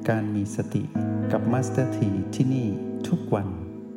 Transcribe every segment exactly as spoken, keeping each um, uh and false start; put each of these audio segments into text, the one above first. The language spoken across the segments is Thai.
การมีสติกับมาสเตอร์ทีที่นี่ทุกวัน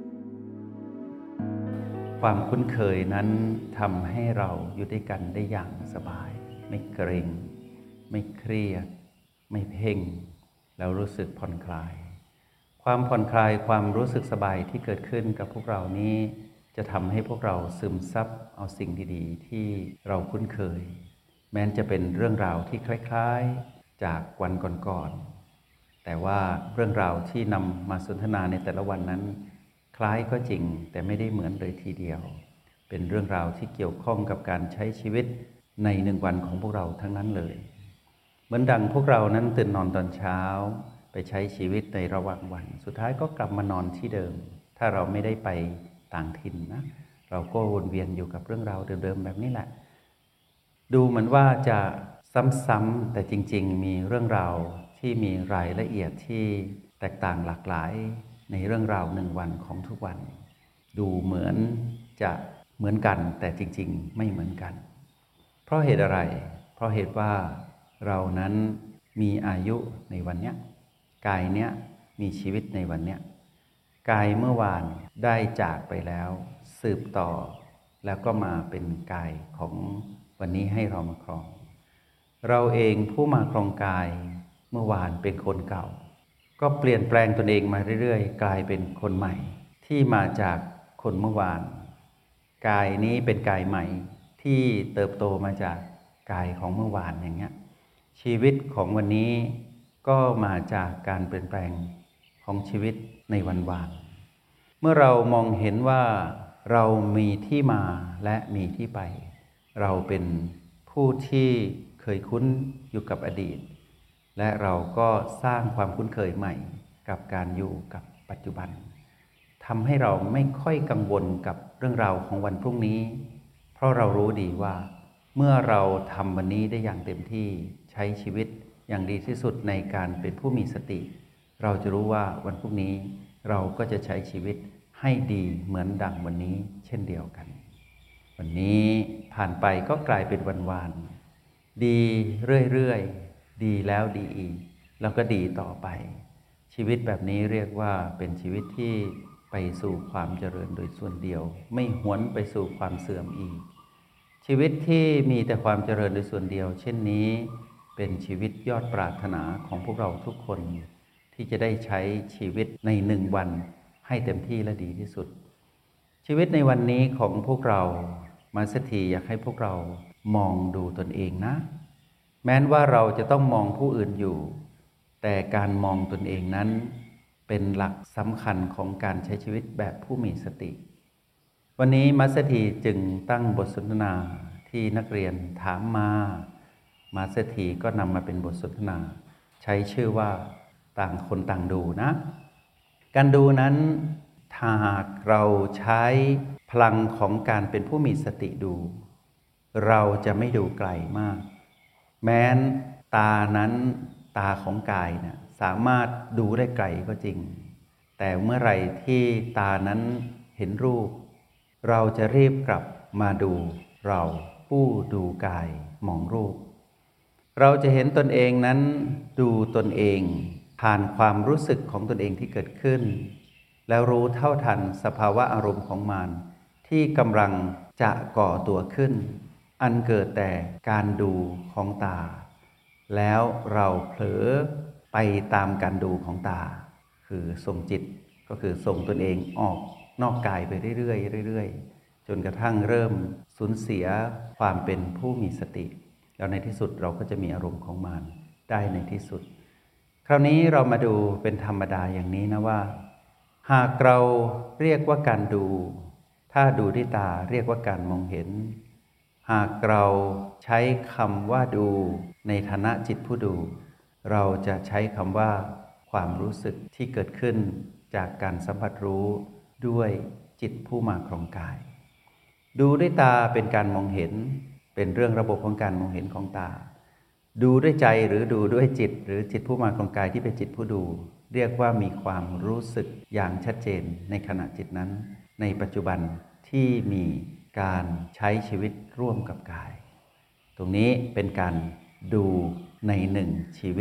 ความคุ้นเคยนั้นทำให้เราอยู่ด้วยกันได้อย่างสบายไม่เกรงไม่เครียดไม่เพ่งแล้วรู้สึกผ่อนคลายความผ่อนคลายความรู้สึกสบายที่เกิดขึ้นกับพวกเรานี้จะทำให้พวกเราซึมซับเอาสิ่งดีๆที่เราคุ้นเคยแม้จะเป็นเรื่องราวที่คล้ายๆจากวันก่อนๆแต่ว่าเรื่องราวที่นำมาสนทนาในแต่ละวันนั้นคล้ายก็จริงแต่ไม่ได้เหมือนเลยทีเดียวเป็นเรื่องราวที่เกี่ยวข้องกับการใช้ชีวิตในหนึ่งวันของพวกเราทั้งนั้นเลยเหมือนดังพวกเรานั้นตื่นนอนตอนเช้าไปใช้ชีวิตในระหว่างวันสุดท้ายก็กลับมานอนที่เดิมถ้าเราไม่ได้ไปต่างถิ่นนะเราก็วนเวียนอยู่กับเรื่องราวเดิมๆแบบนี้แหละดูเหมือนว่าจะซ้ำๆแต่จริงๆมีเรื่องราวที่มีรายละเอียดที่แตกต่างหลากหลายในเรื่องราวหนึ่งวันของทุกวันดูเหมือนจะเหมือนกันแต่จริงๆไม่เหมือนกันเพราะเหตุอะไรเพราะเหตุว่าเรานั้นมีอายุในวันเนี้ยกายเนี้ยมีชีวิตในวันเนี้ยกายเมื่อวานได้จากไปแล้วสืบต่อแล้วก็มาเป็นกายของวันนี้ให้เรามาครองเราเองผู้มาครองกายเมื่อวานเป็นคนเก่าก็เปลี่ยนแปลงตนเองมาเรื่อยๆกลายเป็นคนใหม่ที่มาจากคนเมื่อวานกายนี้เป็นกายใหม่ที่เติบโตมาจากกายของเมื่อวานอย่างเงี้ยชีวิตของวันนี้ก็มาจากการเปลี่ยนแปลงของชีวิตในวันวานเมื่อเรามองเห็นว่าเรามีที่มาและมีที่ไปเราเป็นผู้ที่เคยคุ้นอยู่กับอดีตและเราก็สร้างความคุ้นเคยใหม่กับการอยู่กับปัจจุบันทำให้เราไม่ค่อยกังวลกับเรื่องราวของวันพรุ่งนี้เพราะเรารู้ดีว่าเมื่อเราทำวันนี้ได้อย่างเต็มที่ใช้ชีวิตอย่างดีที่สุดในการเป็นผู้มีสติเราจะรู้ว่าวันพรุ่งนี้เราก็จะใช้ชีวิตให้ดีเหมือนดังวันนี้เช่นเดียวกันวันนี้ผ่านไปก็กลายเป็นวันวานดีเรื่อยๆดีแล้วดีอีกแล้วก็ดีต่อไปชีวิตแบบนี้เรียกว่าเป็นชีวิตที่ไปสู่ความเจริญโดยส่วนเดียวไม่หวนไปสู่ความเสื่อมอีกชีวิตที่มีแต่ความเจริญโดยส่วนเดียวเช่นนี้เป็นชีวิตยอดปรารถนาของพวกเราทุกคนที่จะได้ใช้ชีวิตในหนึ่งวันให้เต็มที่และดีที่สุดชีวิตในวันนี้ของพวกเรามาสถีอยากให้พวกเรามองดูตนเองนะแม้ว่าเราจะต้องมองผู้อื่นอยู่แต่การมองตนเองนั้นเป็นหลักสำคัญของการใช้ชีวิตแบบผู้มีสติวันนี้มัสถีจึงตั้งบทสนทนาที่นักเรียนถามมามัสถีก็นำมาเป็นบทสนทนาใช้ชื่อว่าต่างคนต่างดูนะการดูนั้นถ้าหากเราใช้พลังของการเป็นผู้มีสติดูเราจะไม่ดูไกลมากแม้นตานั้นตาของกายนะสามารถดูได้ไกลก็จริงแต่เมื่อไหร่ที่ตานั้นเห็นรูปเราจะรีบกลับมาดูเราผู้ดูกายมองรูปเราจะเห็นตนเองนั้นดูตนเองผ่านความรู้สึกของตนเองที่เกิดขึ้นแล้วรู้เท่าทันสภาวะอารมณ์ของมันที่กำลังจะก่อตัวขึ้นอันเกิดแต่การดูของตาแล้วเราเผลอไปตามการดูของตาคือส่งจิตก็คือส่งตนเองออกนอกกายไปเรื่อยๆเรื่อยๆจนกระทั่งเริ่มสูญเสียความเป็นผู้มีสติแล้วในที่สุดเราก็จะมีอารมณ์ของมันได้ในที่สุดคราวนี้เรามาดูเป็นธรรมดาอย่างนี้นะว่าหากเราเรียกว่าการดูถ้าดูด้วยตาเรียกว่าการมองเห็นหากเราใช้คำว่าดูในฐานะจิตผู้ดูเราจะใช้คำว่าความรู้สึกที่เกิดขึ้นจากการสัมผัสรู้ด้วยจิตผู้มาครองกายดูด้วยตาเป็นการมองเห็นเป็นเรื่องระบบของการมองเห็นของตาดูด้วยใจหรือดูด้วยจิตหรือจิตผู้มาครองกายที่เป็นจิตผู้ดูเรียกว่ามีความรู้สึกอย่างชัดเจนในขณะจิตนั้นในปัจจุบันที่มีการใช้ชีวิตร่วมกับกายตรงนี้เป็นการดูในหนึ่งชีวิต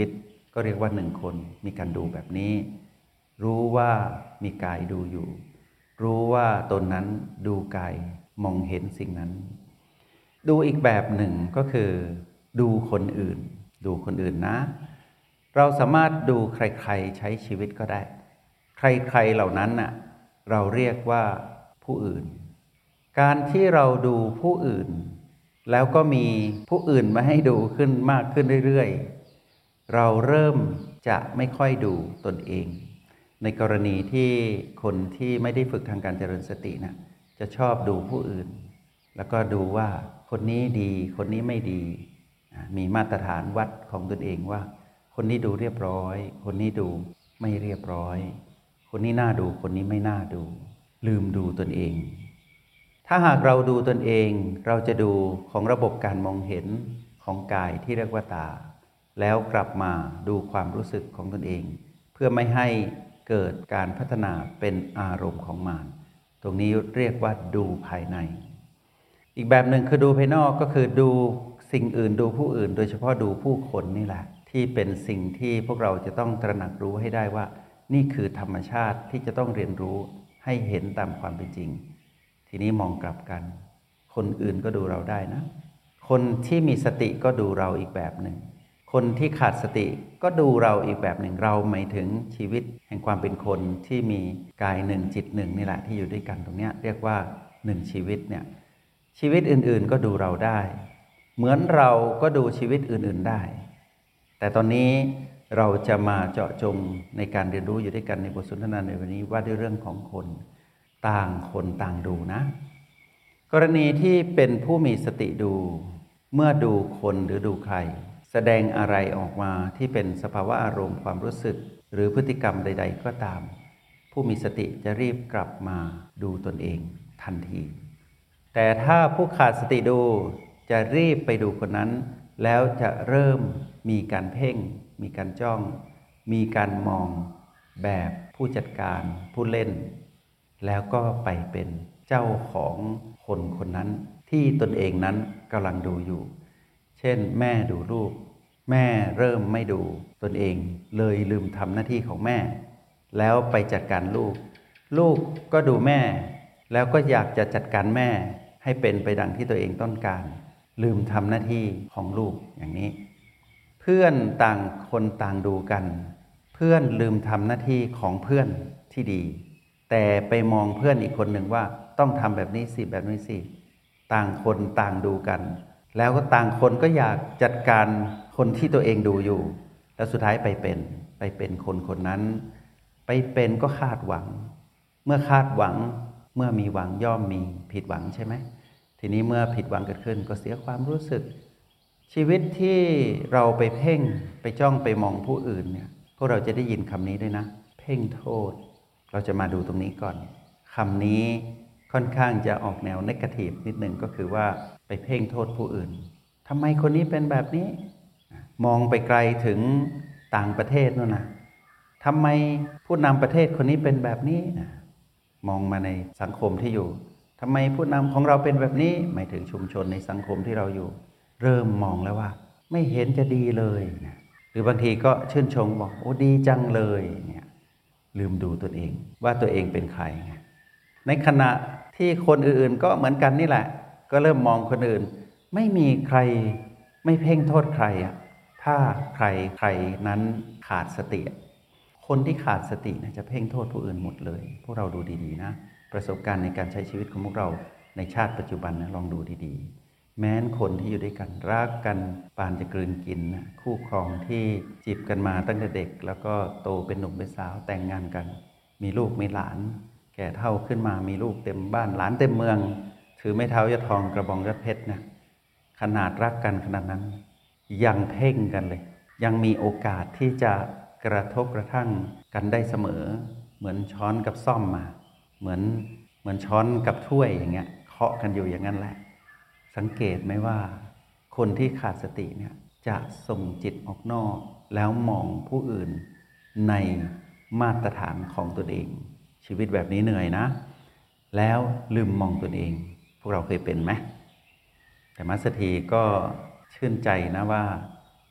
ก็เรียกว่าหนึ่งคนมีการดูแบบนี้รู้ว่ามีกายดูอยู่รู้ว่าตนนั้นดูกายมองเห็นสิ่งนั้นดูอีกแบบหนึ่งก็คือดูคนอื่นดูคนอื่นนะเราสามารถดูใครๆใช้ชีวิตก็ได้ใครๆเหล่านั้นน่ะเราเรียกว่าผู้อื่นการที่เราดูผู้อื่นแล้วก็มีผู้อื่นมาให้ดูขึ้นมากขึ้นเรื่อยๆเราเริ่มจะไม่ค่อยดูตนเองในกรณีที่คนที่ไม่ได้ฝึกทางการเจริญสตินะจะชอบดูผู้อื่นแล้วก็ดูว่าคนนี้ดีคนนี้ไม่ดีมีมาตรฐานวัดของตนเองว่าคนนี้ดูเรียบร้อยคนนี้ดูไม่เรียบร้อยคนนี้น่าดูคนนี้ไม่น่าดูลืมดูตนเองถ้าหากเราดูตนเองเราจะดูของระบบการมองเห็นของกายที่เรียกว่าตาแล้วกลับมาดูความรู้สึกของตนเองเพื่อไม่ให้เกิดการพัฒนาเป็นอารมณ์ของมารตรงนี้เรียกว่าดูภายในอีกแบบหนึ่งคือดูภายนอกก็คือดูสิ่งอื่นดูผู้อื่นโดยเฉพาะดูผู้คนนี่แหละที่เป็นสิ่งที่พวกเราจะต้องตระหนักรู้ให้ได้ว่านี่คือธรรมชาติที่จะต้องเรียนรู้ให้เห็นตามความเป็นจริงทีนี้มองกลับกันคนอื่นก็ดูเราได้นะคนที่มีสติก็ดูเราอีกแบบหนึ่งคนที่ขาดสติก็ดูเราอีกแบบหนึ่งเราหมายถึงชีวิตแห่งความเป็นคนที่มีกายหนึ่งจิตหนึ่งนี่แหละที่อยู่ด้วยกันตรงนี้เรียกว่าหนึ่งชีวิตเนี่ยชีวิตอื่นๆก็ดูเราได้เหมือนเราก็ดูชีวิตอื่นๆได้แต่ตอนนี้เราจะมาเจาะจงในการเรียนรู้อยู่ด้วยกันในบทสนทนาในวันนี้ว่าด้วยเรื่องของคนต่างคนต่างดูนะกรณีที่เป็นผู้มีสติดูเมื่อดูคนหรือดูใครแสดงอะไรออกมาที่เป็นสภาวะอารมณ์ความรู้สึกหรือพฤติกรรมใดๆก็ตามผู้มีสติจะรีบกลับมาดูตนเองทันทีแต่ถ้าผู้ขาดสติดูจะรีบไปดูคนนั้นแล้วจะเริ่มมีการเพ่งมีการจ้องมีการมองแบบผู้จัดการผู้เล่นแล้วก็ไปเป็นเจ้าของคนคนนั้นที่ตนเองนั้นกำลังดูอยู่เช่นแม่ดูลูกแม่เริ่มไม่ดูตนเองเลยลืมทำหน้าที่ของแม่แล้วไปจัดการลูกลูกก็ดูแม่แล้วก็อยากจะจัดการแม่ให้เป็นไปดังที่ตัวเองต้องการลืมทำหน้าที่ของลูกอย่างนี้เพื่อนต่างคนต่างดูกันเพื่อนลืมทำหน้าที่ของเพื่อนที่ดีแต่ไปมองเพื่อนอีกคนหนึ่งว่าต้องทำแบบนี้สิแบบนี้สิต่างคนต่างดูกันแล้วก็ต่างคนก็อยากจัดการคนที่ตัวเองดูอยู่แล้วสุดท้ายไปเป็นไปเป็นคนคนนั้นไปเป็นก็คาดหวังเมื่อคาดหวังเมื่อมีหวังย่อมมีผิดหวังใช่ไหมทีนี้เมื่อผิดหวังเกิดขึ้นก็เสียความรู้สึกชีวิตที่เราไปเพ่งไปจ้องไปมองผู้อื่นเนี่ยพวกเราจะได้ยินคำนี้ด้วยนะเพ่งโทษเราจะมาดูตรงนี้ก่อนคำนี้ค่อนข้างจะออกแนวเนกาทีฟนิดหนึ่งก็คือว่าไปเพ่งโทษผู้อื่นทำไมคนนี้เป็นแบบนี้มองไปไกลถึงต่างประเทศนู่นนะทำไมผู้นำประเทศคนนี้เป็นแบบนี้มองมาในสังคมที่อยู่ทำไมผู้นำของเราเป็นแบบนี้หมายถึงชุมชนในสังคมที่เราอยู่เริ่มมองแล้วว่าไม่เห็นจะดีเลยนะหรือบางทีก็ชื่นชมบอกโอ้ดีจังเลยเนี่ยลืมดูตัวเองว่าตัวเองเป็นใครในขณะที่คนอื่นๆก็เหมือนกันนี่แหละก็เริ่มมองคนอื่นไม่มีใครไม่เพ่งโทษใครอะถ้าใครใครนั้นขาดสติคนที่ขาดสตินะจะเพ่งโทษผู้อื่นหมดเลยพวกเราดูดีๆนะประสบการณ์ในการใช้ชีวิตของพวกเราในชาติปัจจุบันนะลองดูดีๆแม้นคนที่อยู่ด้วยกันรักกันปานจะกลืนกินนะคู่ครองที่จีบกันมาตั้งแต่เด็กแล้วก็โตเป็นหนุ่มเป็นสาวแต่งงานกันมีลูกมีหลานแก่เฒ่าขึ้นมามีลูกเต็มบ้านหลานเต็มเมืองถือไม้เท้ายะทองกระบองยอดเพชรนะขนาดรักกันขนาดนั้นยังเพ่งกันเลยยังมีโอกาสที่จะกระทบกระทั่งกันได้เสมอเหมือนช้อนกับซ่อมมาเหมือนเหมือนช้อนกับถ้วยอย่างเงี้ยเคาะกันอยู่อย่างนั้นแหละสังเกตไหมว่าคนที่ขาดสติเนี่ยจะส่งจิตออกนอกแล้วมองผู้อื่นในมาตรฐานของตนเองชีวิตแบบนี้เหนื่อยนะแล้วลืมมองตนเองพวกเราเคยเป็นไหมแต่มัสถีก็ชื่นใจนะว่า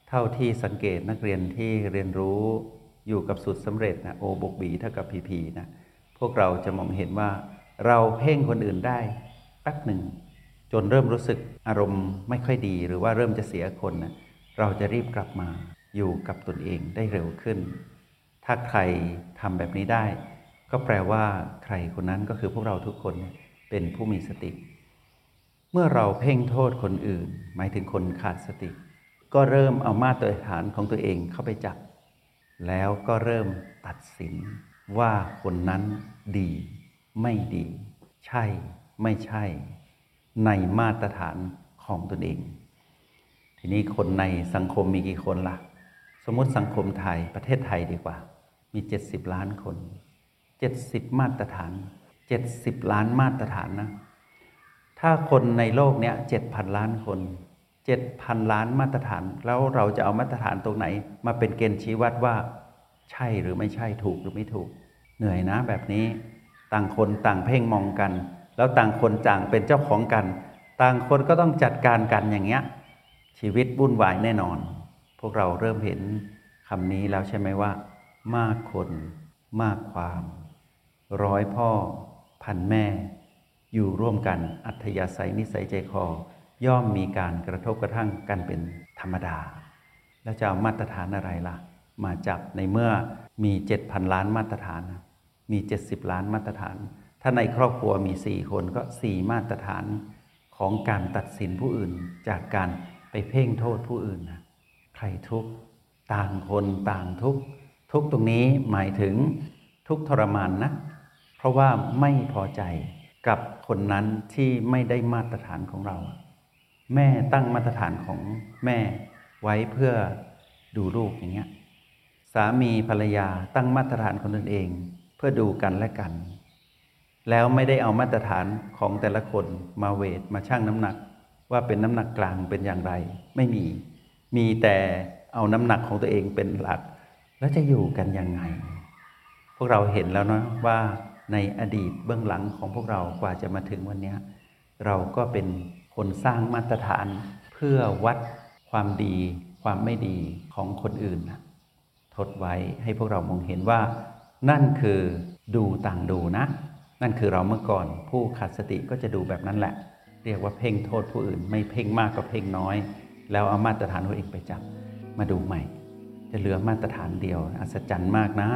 เท่าที่สังเกตนักเรียนที่เรียนรู้อยู่กับสูตรสำเร็จนะโอบวกบีเท่ากับพีพีนะพวกเราจะมองเห็นว่าเราเพ่งคนอื่นได้แป๊บหนึ่งจนเริ่มรู้สึกอารมณ์ไม่ค่อยดีหรือว่าเริ่มจะเสียคนนะเราจะรีบกลับมาอยู่กับตนเองได้เร็วขึ้นถ้าใครทำแบบนี้ได้ก็แปลว่าใครคนนั้นก็คือพวกเราทุกคนเป็นผู้มีสติเมื่อเราเพ่งโทษคนอื่นหมายถึงคนขาดสติก็เริ่มเอามาตรฐานของตัวเองเข้าไปจับแล้วก็เริ่มตัดสินว่าคนนั้นดีไม่ดีใช่ไม่ใช่ในมาตรฐานของตนเองทีนี้คนในสังคมมีกี่คนล่ะสมมติสังคมไทยประเทศไทยดีกว่ามีเจ็ดสิบล้านคนเจ็ดสิบมาตรฐานเจ็ดสิบล้านมาตรฐานนะถ้าคนในโลกเนี้ยเจ็ดพันล้านคนเจ็ดพันล้านมาตรฐานแล้วเราจะเอามาตรฐานตรงไหนมาเป็นเกณฑ์ชี้วัดว่าใช่หรือไม่ใช่ถูกหรือไม่ถูกเหนื่อยนะแบบนี้ต่างคนต่างเพ่งมองกันแล้วต่างคนต่างเป็นเจ้าของกันต่างคนก็ต้องจัดการกันอย่างเงี้ยชีวิตวุ่นวายแน่นอนพวกเราเริ่มเห็นคำนี้แล้วใช่ไหมว่ามากคนมากความร้อยพ่อพันแม่อยู่ร่วมกันอัธยาศัยนิสัยใจคอย่อมมีการกระทบกระทั่งกันเป็นธรรมดาแล้วจะเอามาตรฐานอะไรล่ะมาจับในเมื่อมี เจ็ดพันล้านมาตรฐานมีเจ็ดสิบล้านมาตรฐานถ้าในครอบครัวมีสี่คนก็สี่มาตรฐานของการตัดสินผู้อื่นจากการไปเพ่งโทษผู้อื่นนะใครทุกข์ต่างคนต่างทุกข์ทุกข์ตรงนี้หมายถึงทุกข์ทรมานนะเพราะว่าไม่พอใจกับคนนั้นที่ไม่ได้มาตรฐานของเราแม่ตั้งมาตรฐานของแม่ไว้เพื่อดูลูกอย่างเงี้ยสามีภรรยาตั้งมาตรฐานของตนเองเพื่อดูกันและกันแล้วไม่ได้เอามาตรฐานของแต่ละคนมาเวทมาชั่งน้ำหนักว่าเป็นน้ำหนักกลางเป็นอย่างไรไม่มีมีแต่เอาน้ำหนักของตัวเองเป็นหลักแล้วจะอยู่กันยังไงพวกเราเห็นแล้วนะว่าในอดีตเบื้องหลังของพวกเรากว่าจะมาถึงวันนี้เราก็เป็นคนสร้างมาตรฐานเพื่อวัดความดีความไม่ดีของคนอื่นนะทดไว้ให้พวกเรามองเห็นว่านั่นคือดูต่างดูนะนั่นคือเราเมื่อก่อนผู้ขาดสติก็จะดูแบบนั้นแหละเรียกว่าเพ่งโทษผู้อื่นไม่เพ่งมากก็เพ่งน้อยแล้วเอามาตรฐานตัวเองไปจับมาดูใหม่จะเหลือมาตรฐานเดียวอัศจรรย์มากนะ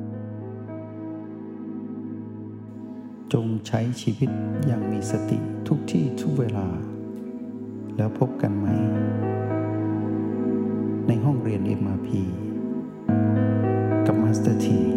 จงใช้ชีวิตอย่างมีสติทุกที่ทุกเวลาแล้วพบกันไหมในห้องเรียน เอ็ม อาร์ พี กับมาสเตอร์ที